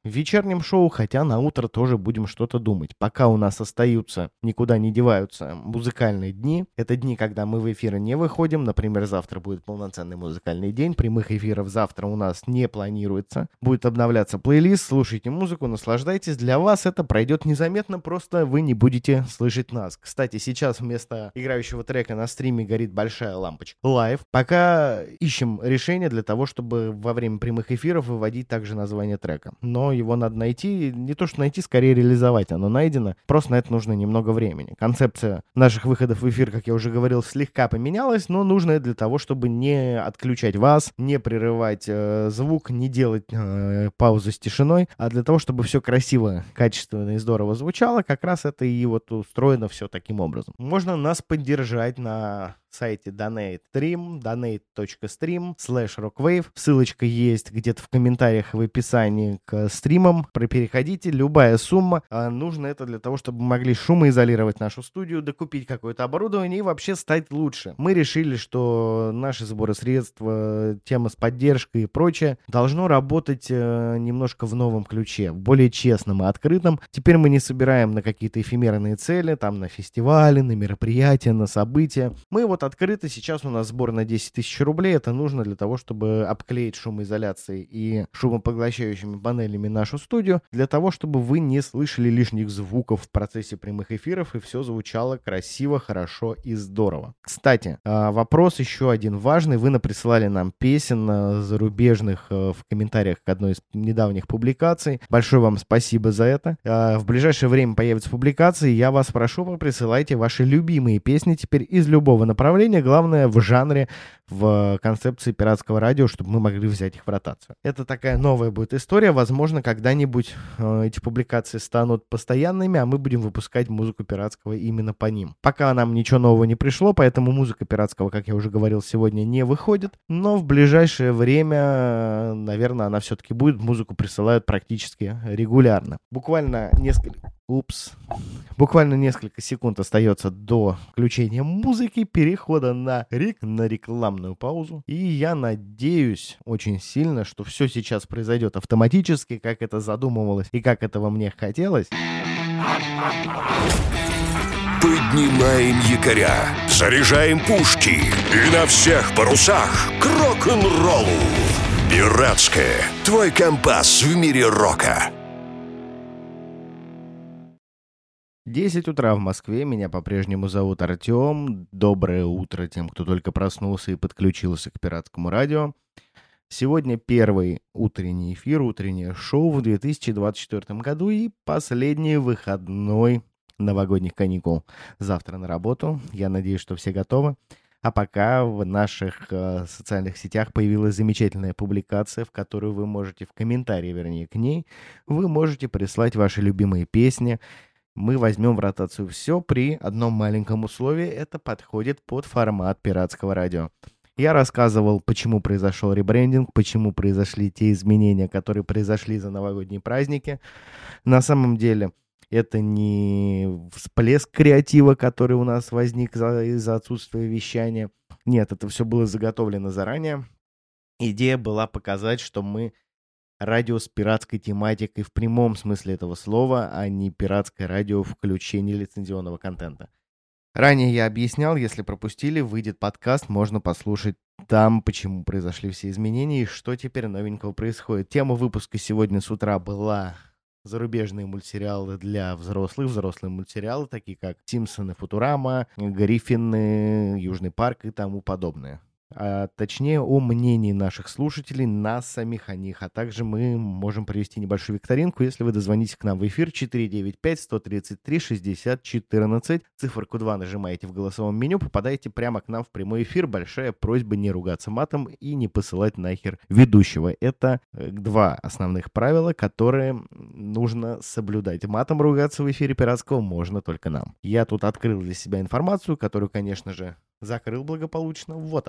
Speaker 2: в вечернем шоу, хотя на утро тоже будем что-то думать. Пока у нас остаются, никуда не деваются музыкальные дни. Это дни, когда мы в эфир не выходим. Например, завтра будет полноценный музыкальный день. Прямых эфиров завтра у нас не планируется. Будет обновляться плейлист. Слушайте музыку, наслаждайтесь. Для вас это пройдет незаметно, просто вы не будете слышать нас. Кстати, сейчас вместо играющего трека на стриме горит большая лампочка Live. Пока ищем решение для того, чтобы во время прямых эфиров выводить также название трека. Но его надо найти, не то что найти, скорее реализовать. Оно найдено, просто на это нужно немного времени. Концепция наших выходов в эфир, как я уже говорил, слегка поменялась, но нужно для того, чтобы не отключать вас, не прерывать э, звук, не делать э, паузу с тишиной, а для того, чтобы все красиво, качественно и здорово звучало, как раз это и вот устроено все таким образом. Можно нас поддержать на сайте Donate Stream, donate.stream слэш rockwave. Ссылочка есть где-то в комментариях в описании к стримам. Переходите, любая сумма. А нужно это для того, чтобы мы могли шумоизолировать нашу студию, докупить какое-то оборудование и вообще стать лучше. Мы решили, что наши сборы средств, тема с поддержкой и прочее должно работать э, немножко в новом ключе, более честном и открытом. Теперь мы не собираем на какие-то эфемерные цели, там на фестивали, на мероприятия, на события. Мы вот открыто. Сейчас у нас сбор на десять тысяч рублей. Это нужно для того, чтобы обклеить шумоизоляцией и шумопоглощающими панелями нашу студию, для того, чтобы вы не слышали лишних звуков в процессе прямых эфиров и все звучало красиво, хорошо и здорово. Кстати, вопрос еще один важный. Вы наприсылали нам песен зарубежных в комментариях к одной из недавних публикаций. Большое вам спасибо за это. В ближайшее время появятся публикации. Я вас прошу, присылайте ваши любимые песни теперь из любого направления. Главное в жанре, в концепции пиратского радио, чтобы мы могли взять их в ротацию. Это такая новая будет история. Возможно, когда-нибудь э, эти публикации станут постоянными, а мы будем выпускать музыку пиратского именно по ним. Пока нам ничего нового не пришло, поэтому музыка пиратского, как я уже говорил, сегодня не выходит. Но в ближайшее время, наверное, она все-таки будет. Музыку присылают практически регулярно. Буквально несколько... Упс. Буквально несколько секунд остается до включения музыки, перехода на, рек... на рекламную паузу. И я надеюсь очень сильно, что все сейчас произойдет автоматически, как это задумывалось и как этого мне хотелось.
Speaker 1: Поднимаем якоря, заряжаем пушки и на всех парусах к рок-н-роллу. Пиратское. Твой компас в мире рока.
Speaker 2: десять утра в Москве, меня по-прежнему зовут Артем. Доброе утро тем, кто только проснулся и подключился к пиратскому радио. Сегодня первый утренний эфир, утреннее шоу в две тысячи двадцать четвёртом году и последний выходной новогодних каникул. Завтра на работу, я надеюсь, что все готовы. А пока в наших э, социальных сетях появилась замечательная публикация, в которую вы можете, в комментарии, вернее, к ней, вы можете прислать ваши любимые песни. Мы возьмем в ротацию все при одном маленьком условии. Это подходит под формат пиратского радио. Я рассказывал, почему произошел ребрендинг, почему произошли те изменения, которые произошли за новогодние праздники. На самом деле, это не всплеск креатива, который у нас возник из-за отсутствия вещания. Нет, это все было заготовлено заранее. Идея была показать, что мы радио с пиратской тематикой в прямом смысле этого слова, а не пиратское радио включения лицензионного контента. Ранее я объяснял, если пропустили, выйдет подкаст, можно послушать там, почему произошли все изменения и что теперь новенького происходит. Тема выпуска сегодня с утра была зарубежные мультсериалы для взрослых, взрослые мультсериалы, такие как «Симпсоны», «Футурама», «Гриффины», «Южный парк» и тому подобное. А точнее о мнении наших слушателей, нас самих о них. А также мы можем провести небольшую викторинку, если вы дозвонитесь к нам в эфир четыре девять пять сто тридцать три шестьдесят четырнадцать. Циферку два нажимаете в голосовом меню, попадаете прямо к нам в прямой эфир. Большая просьба не ругаться матом и не посылать нахер ведущего. Это два основных правила, которые нужно соблюдать. Матом ругаться в эфире пиратского можно только нам. Я тут открыл для себя информацию, которую, конечно же, закрыл благополучно. Вот она.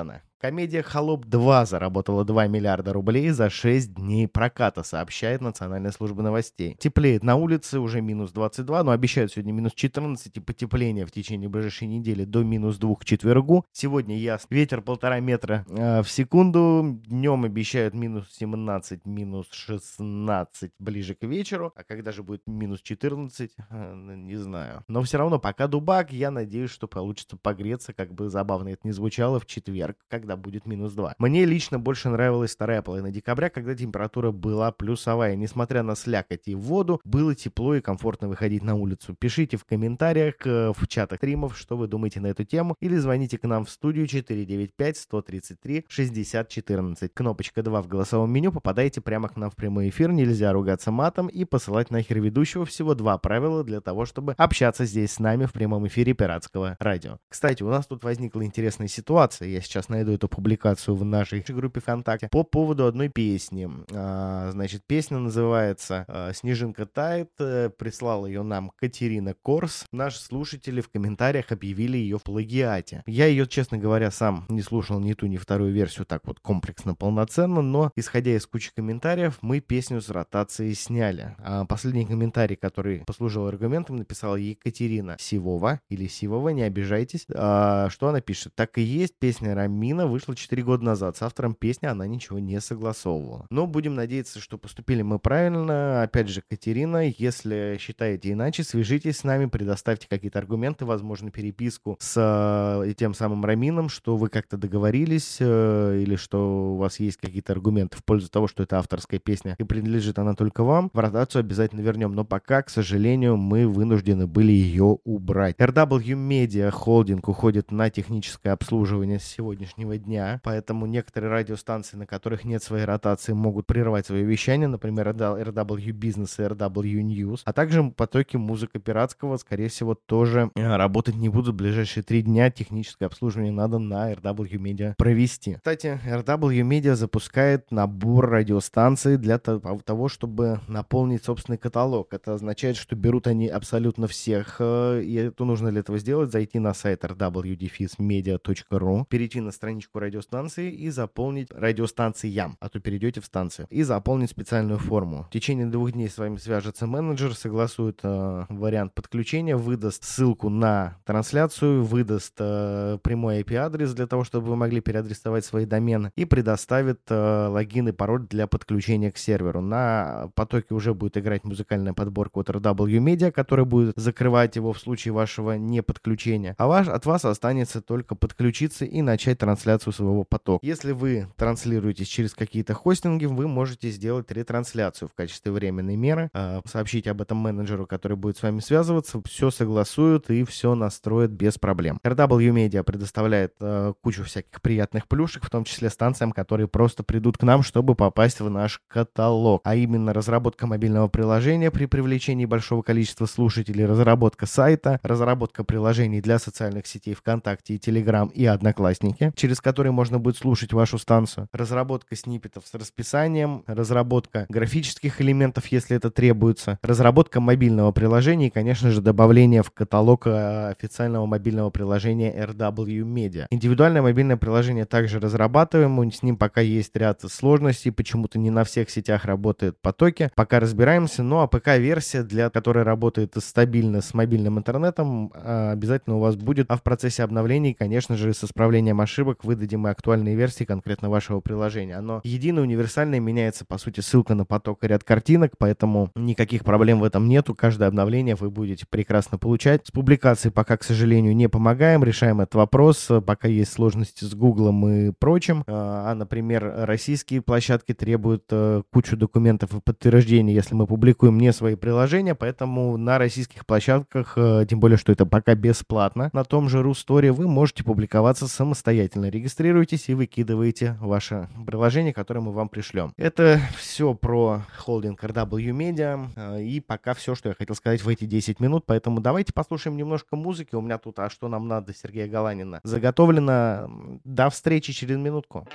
Speaker 2: Комедия «Холоп два» заработала два миллиарда рублей за шесть дней проката, сообщает Национальная служба новостей. Теплеет на улице, уже минус двадцать два, но обещают сегодня минус четырнадцать и потепление в течение ближайшей недели до минус двух к четвергу. Сегодня ясно. Ветер полтора метра э, в секунду. Днем обещают минус семнадцать, минус шестнадцать ближе к вечеру. А когда же будет минус четырнадцать, э, не знаю. Но все равно пока дубак, я надеюсь, что получится погреться, как бы забавно это ни звучало, в четверг, когда будет минус два. Мне лично больше нравилась вторая половина декабря, когда температура была плюсовая. Несмотря на слякоть и воду, было тепло и комфортно выходить на улицу. Пишите в комментариях, в чатах стримов, что вы думаете на эту тему, или звоните к нам в студию четыре девять пять сто тридцать три шестьдесят четырнадцать. Кнопочка два в голосовом меню, попадаете прямо к нам в прямой эфир, нельзя ругаться матом и посылать нахер ведущего. Всего два правила для того, чтобы общаться здесь с нами в прямом эфире Пиратского радио. Кстати, у нас тут возникла интересная ситуация, я сейчас найду эту публикацию в нашей группе ВКонтакте, по поводу одной песни. А, значит, песня называется «Снежинка тает», прислала ее нам Катерина Корс. Наши слушатели в комментариях объявили ее в плагиате. Я ее, честно говоря, сам не слушал ни ту, ни вторую версию так вот комплексно, полноценно, но, исходя из кучи комментариев, мы песню с ротации сняли. А последний комментарий, который послужил аргументом, написала Екатерина Сивова, или Сивова, не обижайтесь. А, что она пишет? Так и есть, песня Рамина вышла четыре года назад. С автором песни она ничего не согласовывала. Но будем надеяться, что поступили мы правильно. Опять же, Катерина, если считаете иначе, свяжитесь с нами, предоставьте какие-то аргументы, возможно, переписку с э, тем самым Рамином, что вы как-то договорились, э, или что у вас есть какие-то аргументы в пользу того, что это авторская песня и принадлежит она только вам. В ротацию обязательно вернем, но пока, к сожалению, мы вынуждены были ее убрать. эр дабл ю Media холдинг уходит на техническое обслуживание с сегодняшнего дня, поэтому некоторые радиостанции, на которых нет своей ротации, могут прервать свое вещание, например, эр дабл ю Business и эр дабл ю News, а также потоки музыка пиратского, скорее всего, тоже работать не будут в ближайшие три дня. Техническое обслуживание надо на эр дабл ю Media провести. Кстати, эр дабл ю Media запускает набор радиостанций для того, чтобы наполнить собственный каталог. Это означает, что берут они абсолютно всех, и это нужно для этого сделать, зайти на сайт эр дабл ю media точка ру, перейти на страничку радиостанции и заполнить радиостанциям, а то перейдете в станцию, и заполнить специальную форму. В течение двух дней с вами свяжется менеджер, согласует э, вариант подключения, выдаст ссылку на трансляцию, выдаст э, прямой ай пи-адрес для того, чтобы вы могли переадресовать свои домены, и предоставит э, логин и пароль для подключения к серверу. На потоке уже будет играть музыкальная подборка от эр дабл ю Media, которая будет закрывать его в случае вашего неподключения, а ваш, от вас останется только подключиться и начать трансляцию своего потока. Если вы транслируетесь через какие-то хостинги, вы можете сделать ретрансляцию в качестве временной меры, э, сообщить об этом менеджеру, который будет с вами связываться, все согласуют и все настроят без проблем. эр дабл ю Media предоставляет э, кучу всяких приятных плюшек, в том числе станциям, которые просто придут к нам, чтобы попасть в наш каталог, а именно разработка мобильного приложения при привлечении большого количества слушателей, разработка сайта, разработка приложений для социальных сетей ВКонтакте и Телеграм и Одноклассники, через которые можно будет слушать вашу станцию, разработка сниппетов с расписанием, разработка графических элементов, если это требуется, разработка мобильного приложения и, конечно же, добавление в каталог официального мобильного приложения эр дабл ю Media. Индивидуальное мобильное приложение также разрабатываем, с ним пока есть ряд сложностей, почему-то не на всех сетях работают потоки, пока разбираемся, ну а ПК-версия, для которой работает стабильно с мобильным интернетом, обязательно у вас будет, а в процессе обновлений, конечно же, с исправлением ошибок выдадим и актуальные версии конкретно вашего приложения. Оно единое, универсальное, меняется, по сути, ссылка на поток и ряд картинок, поэтому никаких проблем в этом нету, каждое обновление вы будете прекрасно получать. С публикацией пока, к сожалению, не помогаем, решаем этот вопрос, пока есть сложности с Гуглом и прочим, а, например, российские площадки требуют кучу документов и подтверждений, если мы публикуем не свои приложения, поэтому на российских площадках, тем более, что это пока бесплатно, на том же Рустори вы можете публиковаться самостоятельно. Регистрируйтесь и выкидываете ваше приложение, которое мы вам пришлем. Это все про холдинг эр дабл ю Media, и пока все, что я хотел сказать в эти десять минут, поэтому давайте послушаем немножко музыки. У меня тут «А что нам надо» Сергея Галанина заготовлено. До встречи через минутку.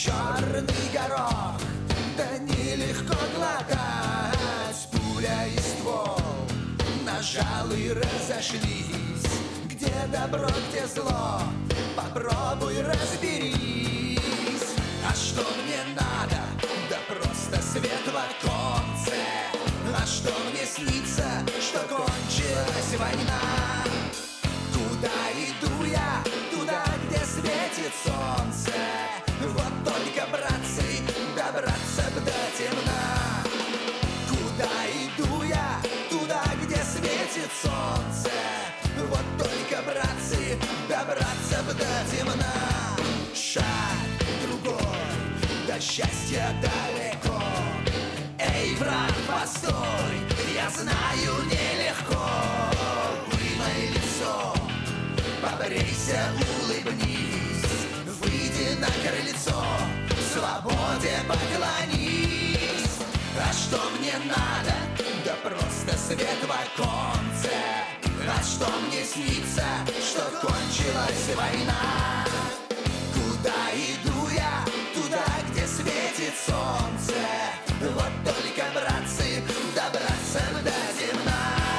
Speaker 4: черный горох, да нелегко глотать. Пуля и ствол, нажал и разошлись. Где добро, где зло, попробуй разберись. А что мне надо? Да просто свет в оконце. А что мне снится? Что кончилась война. Куда иду я? Туда, где светит солнце. Вот только, братцы, добраться б до темна. Куда иду я? Туда, где светит солнце. Вот только, братцы, добраться б до темна. Шаг другой, до счастья далеко. Эй, брат, постой, я знаю, нелегко. Вымой лицо, побрейся, улыбнись. Выйди на крыльцо, свободе поклонись. А что мне надо? Да просто свет в оконце. А что мне снится? Что кончилась война. Куда иду я? Туда, где светит солнце. Вот только, братцы, добраться до темна.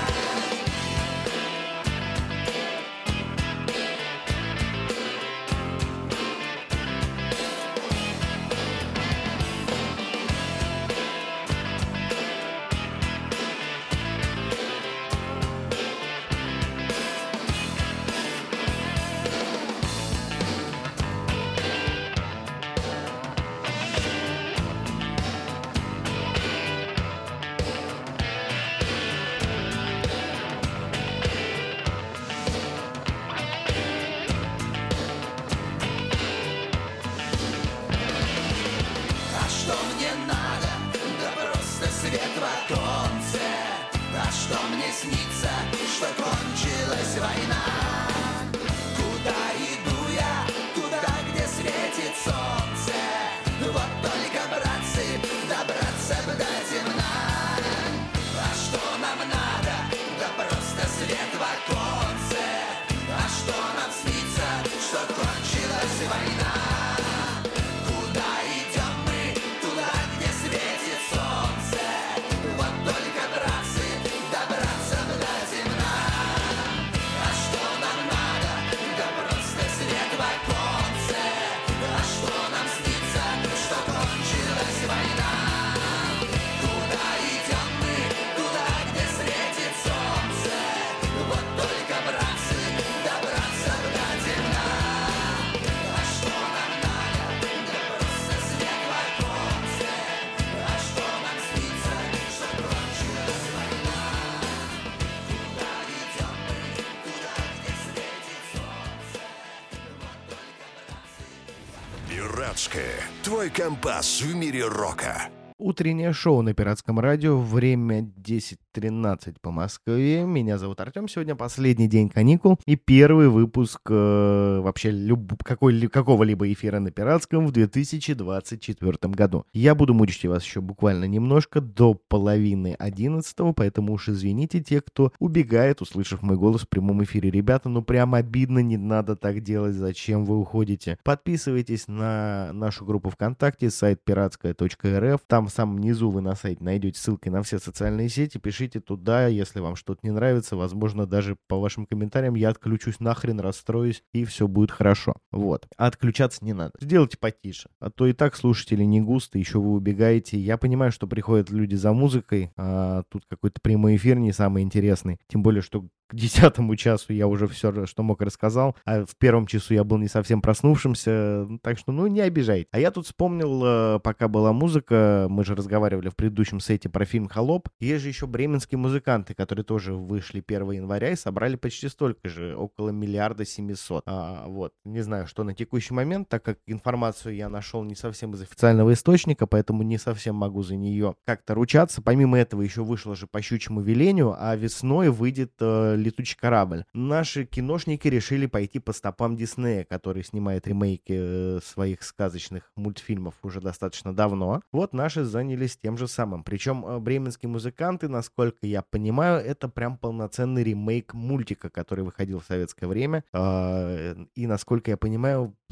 Speaker 1: Твой компас в мире рока.
Speaker 2: Утреннее шоу на Пиратском радио. Время десять тринадцать по Москве. Меня зовут Артем. Сегодня последний день каникул и первый выпуск э, вообще люб... какой... какого-либо эфира на Пиратском в две тысячи двадцать четвёртом году. Я буду мучить вас еще буквально немножко до половины одиннадцатого, поэтому уж извините те, кто убегает, услышав мой голос в прямом эфире. Ребята, ну прям обидно, не надо так делать. Зачем вы уходите? Подписывайтесь на нашу группу ВКонтакте, сайт пиратская точка эр эф. Там в самом низу вы на сайте найдете ссылки на все социальные сети. Пишите туда, если вам что-то не нравится. Возможно, даже по вашим комментариям я отключусь нахрен, расстроюсь, и все будет хорошо. Вот. А отключаться не надо. Сделайте потише. А то и так слушатели не густо, еще вы убегаете. Я понимаю, что приходят люди за музыкой, а тут какой-то прямой эфир не самый интересный. Тем более, что к десятому часу я уже все, что мог, рассказал, а в первом часу я был не совсем проснувшимся, так что, ну, не обижайте. А я тут вспомнил, пока была музыка, мы же разговаривали в предыдущем сете про фильм «Холоп», есть же еще бременские музыканты, которые тоже вышли первого января и собрали почти столько же, около миллиарда семисот. А, вот, не знаю, что на текущий момент, так как информацию я нашел не совсем из официального источника, поэтому не совсем могу за нее как-то ручаться. Помимо этого еще вышло же «По щучьему велению», а весной выйдет э, «Летучий корабль». Наши киношники решили пойти по стопам Диснея, который снимает ремейки э, своих сказочных мультфильмов уже достаточно давно. Вот наши занялись тем же самым. Причем э, бременские музыканты, насколько я понимаю, это прям полноценный ремейк мультика, который выходил в советское время. Э, и, насколько я понимаю,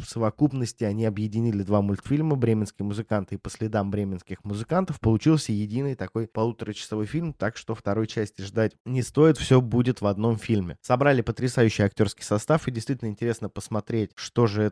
Speaker 2: в совокупности они объединили два мультфильма «Бременские музыканты» и «По следам бременских музыкантов». Получился единый такой полуторачасовой фильм, так что второй части ждать не стоит, все будет в одном фильме. Собрали потрясающий актерский состав, и действительно интересно посмотреть, что же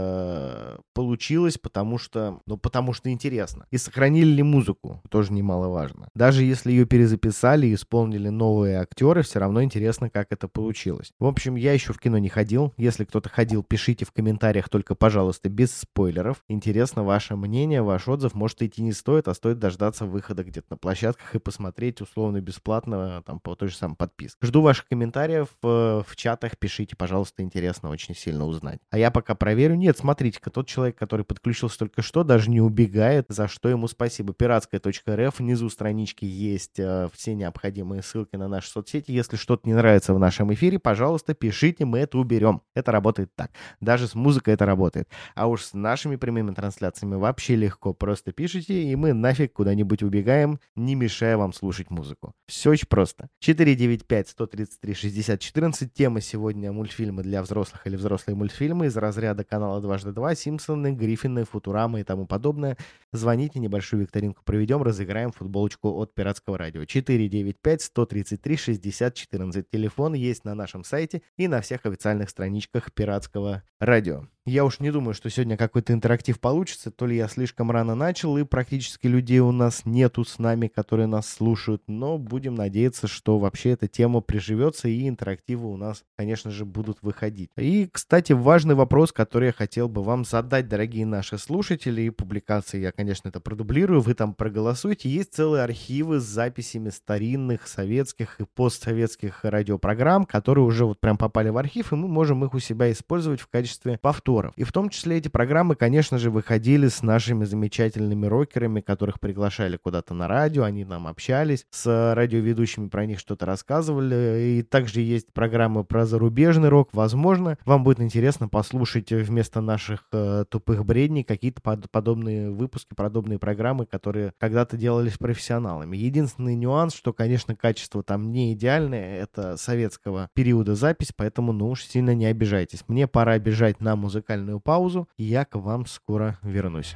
Speaker 2: это получилось, потому что, ну, потому что интересно. И сохранили ли музыку, тоже немаловажно. Даже если ее перезаписали и исполнили новые актеры, все равно интересно, как это получилось. В общем, я еще в кино не ходил. Если кто-то ходил, пишите в комментариях, только, пожалуйста, без спойлеров. Интересно ваше мнение, ваш отзыв. Может, идти не стоит, а стоит дождаться выхода где-то на площадках и посмотреть условно бесплатно, там, по той же самой подписке. Жду ваших комментариев в, в чатах, пишите, пожалуйста, интересно очень сильно узнать. А я пока проверю. Нет, смотрите-ка, тот человек, который подключился только что, даже не убегает, за что ему спасибо. пиратская точка эр эф, внизу странички есть э, все необходимые ссылки на наши соцсети. Если что-то не нравится в нашем эфире, пожалуйста, пишите, мы это уберем. Это работает так. Даже с музыкой это работает. А уж с нашими прямыми трансляциями вообще легко. Просто пишите, и мы нафиг куда-нибудь убегаем, не мешая вам слушать музыку. Все очень просто. четыре девять пять сто тридцать три шестьдесят четырнадцать. Тема сегодня мультфильмы для взрослых или взрослые мультфильмы из разряда канала дважды два, Симпсоны, Гриффины, Футурама и тому подобное. Звоните, небольшую викторинку проведем, разыграем футболочку от Пиратского радио. четыре девять пять сто тридцать три шестьдесят четырнадцать. Телефон есть на нашем сайте и на всех официальных страничках Пиратского радио. Я уж не думаю, что сегодня какой-то интерактив получится, то ли я слишком рано начал, и практически людей у нас нету с нами, которые нас слушают, но будем надеяться, что вообще эта тема приживется, и интерактивы у нас, конечно же, будут выходить. И, кстати, важный вопрос, который я хотел бы вам задать, дорогие наши слушатели, и публикации я, конечно, это продублирую, вы там проголосуйте. Есть целые архивы с записями старинных советских и постсоветских радиопрограмм, которые уже вот прям попали в архив, и мы можем их у себя использовать в качестве повторов. И в том числе эти программы, конечно же, выходили с нашими замечательными рокерами, которых приглашали куда-то на радио, они нам общались, с радиоведущими про них что-то рассказывали. И также есть программы про зарубежный рок. Возможно, вам будет интересно послушать вместо наших э, тупых бредней какие-то под, подобные выпуски, подобные программы, которые когда-то делались профессионалами. Единственный нюанс, что, конечно, качество там не идеальное, это советского периода запись, поэтому, ну уж сильно не обижайтесь. Мне пора бежать на музыкальную паузу, и я к вам скоро вернусь.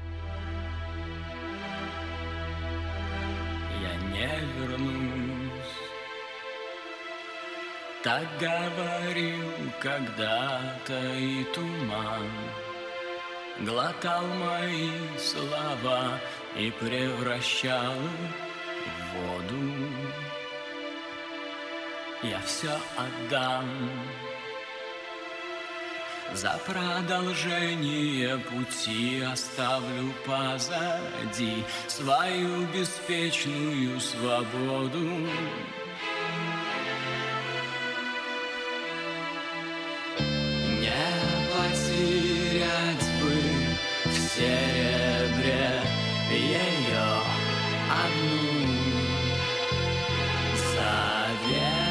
Speaker 5: Я не вернусь, так говорил когда-то и туман, глотал мои слова и превращал в воду. Я все отдам за продолжение пути, оставлю позади свою беспечную свободу. Не потерять бы в серебре ее одну заветную.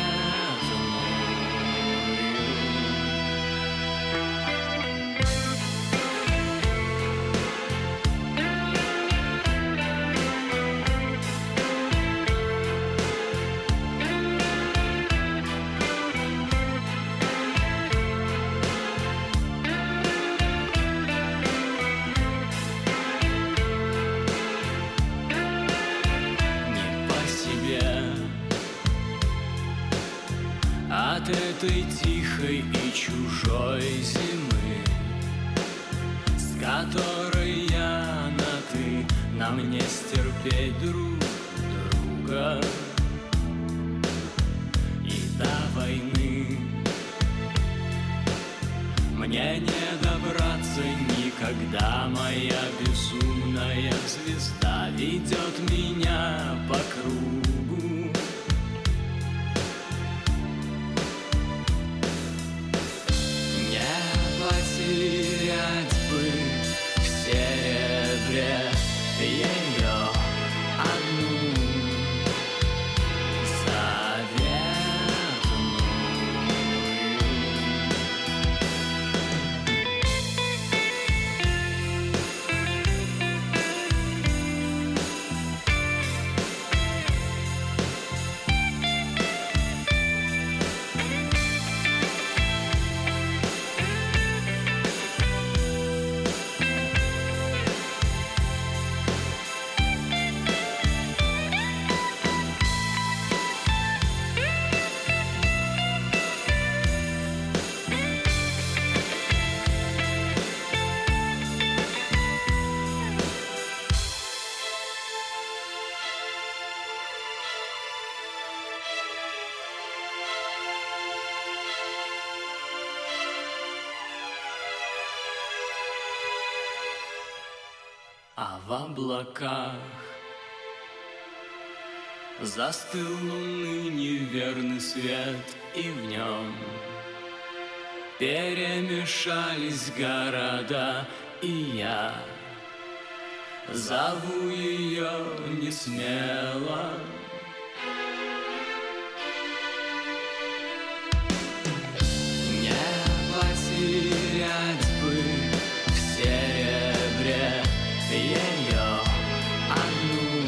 Speaker 5: От этой тихой и чужой зимы, с которой я на ты, нам не стерпеть друг друга. И до войны мне не добраться никогда, моя безумная звезда ведет меня по кругу. Потерять бы в серебре ее одну заветную. а в облаках застыл лунный неверный свет, и в нем перемешались города, и я зову ее несмело. Не потерять бы в серебре ее одну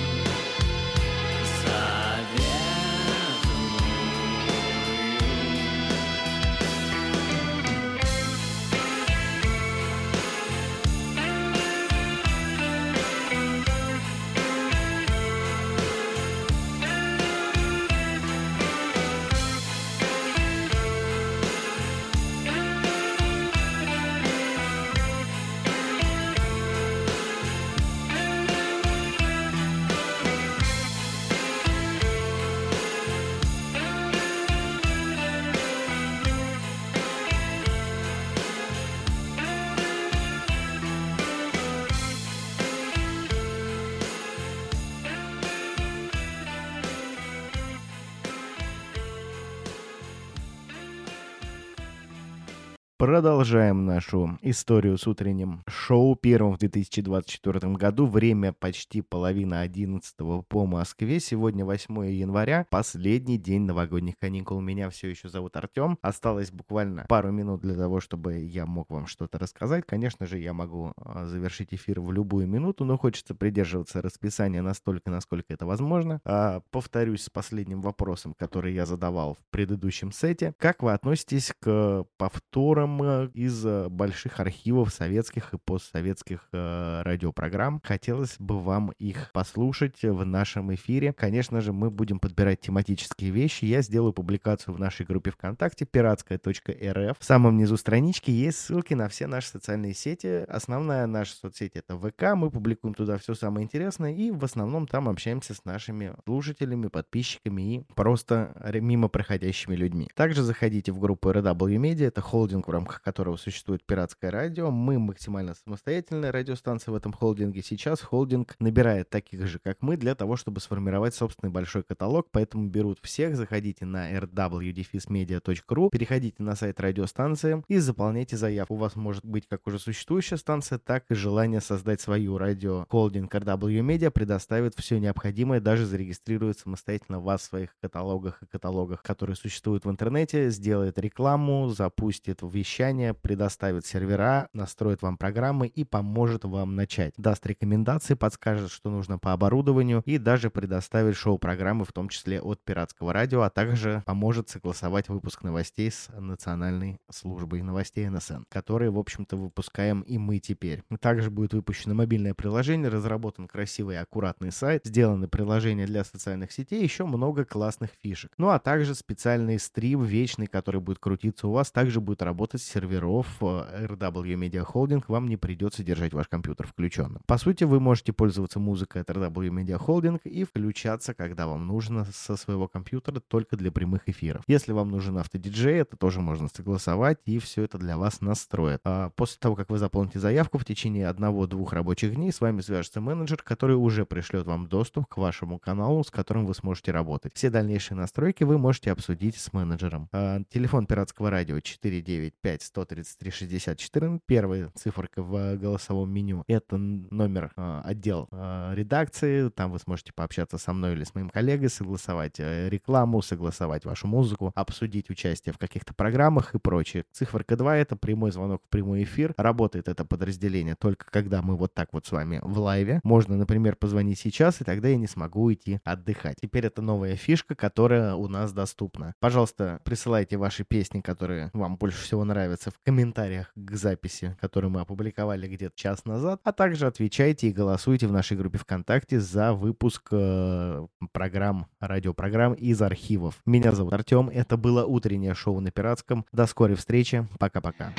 Speaker 2: Продолжаем нашу историю с утренним шоу, первым в две тысячи двадцать четвёртом году. Время почти половина одиннадцатого по Москве. Сегодня восьмое января, последний день новогодних каникул. Меня все еще зовут Артем. Осталось буквально пару минут для того, чтобы я мог вам что-то рассказать. Конечно же, я могу завершить эфир в любую минуту, но хочется придерживаться расписания настолько, насколько это возможно. А, повторюсь с последним вопросом, который я задавал в предыдущем сете. Как вы относитесь к повторам из больших архивов советских и постсоветских э, радиопрограмм? Хотелось бы вам их послушать в нашем эфире. Конечно же, мы будем подбирать тематические вещи. Я сделаю публикацию в нашей группе ВКонтакте пиратская точка эр эф. В самом низу странички есть ссылки на все наши социальные сети. Основная наша соцсеть — это ВК. Мы публикуем туда все самое интересное и в основном там общаемся с нашими слушателями, подписчиками и просто мимо проходящими людьми. Также заходите в группу эр дабл ю Media. Это холдинг, в рамках которого существует пиратское радио. Мы максимально самостоятельная радиостанция в этом холдинге. Сейчас холдинг набирает таких же, как мы, для того, чтобы сформировать собственный большой каталог, поэтому берут всех. Заходите на эр дабл ю медиа точка ру, переходите на сайт радиостанции и заполняйте заявку. У вас может быть как уже существующая станция, так и желание создать свою радио. Холдинг эр дабл ю Media предоставит все необходимое, даже зарегистрирует самостоятельно вас в своих каталогах и каталогах, которые существуют в интернете, сделает рекламу, запустит вещание, предоставит сервера, настроит вам программы и поможет вам начать. Даст рекомендации, подскажет, что нужно по оборудованию и даже предоставит шоу-программы, в том числе от пиратского радио, а также поможет согласовать выпуск новостей с Национальной службой новостей эн эс эн, которые, в общем-то, выпускаем и мы теперь. Также будет выпущено мобильное приложение, разработан красивый и аккуратный сайт, сделаны приложения для социальных сетей, еще много классных фишек. Ну а также специальный стрим вечный, который будет крутиться у вас, также будет работать с серверов эр дабл ю Media Holding, вам не придется держать ваш компьютер включенным. По сути, вы можете пользоваться музыкой от эр дабл ю Media Holding и включаться, когда вам нужно, со своего компьютера только для прямых эфиров. Если вам нужен автодиджей, это тоже можно согласовать, и все это для вас настроят. А после того, как вы заполните заявку, в течение одного-двух рабочих дней с вами свяжется менеджер, который уже пришлет вам доступ к вашему каналу, с которым вы сможете работать. Все дальнейшие настройки вы можете обсудить с менеджером. А, телефон пиратского радио четыре девять пять сто тридцать три шестьдесят четырнадцать. Первая циферка в голосовом меню — это номер э, отдел э, редакции. Там вы сможете пообщаться со мной или с моим коллегой, согласовать э, рекламу, согласовать вашу музыку, обсудить участие в каких-то программах и прочее. Циферка два — это прямой звонок в прямой эфир. Работает это подразделение только когда мы вот так вот с вами в лайве. Можно, например, позвонить сейчас, и тогда я не смогу уйти отдыхать. Теперь это новая фишка, которая у нас доступна. Пожалуйста, присылайте ваши песни, которые вам больше всего нравятся, в комментариях к записи, которую мы опубликовали где-то час назад, а также отвечайте и голосуйте в нашей группе ВКонтакте за выпуск э, программ, радиопрограмм из архивов. Меня зовут Артем, это было утреннее шоу на Пиратском. До скорой встречи, пока-пока.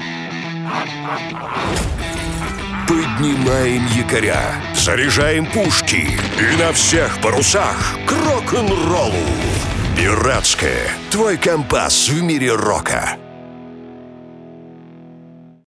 Speaker 1: Поднимаем якоря, заряжаем пушки и на всех парусах к рок-н-роллу. Пиратское, твой компас в мире рока.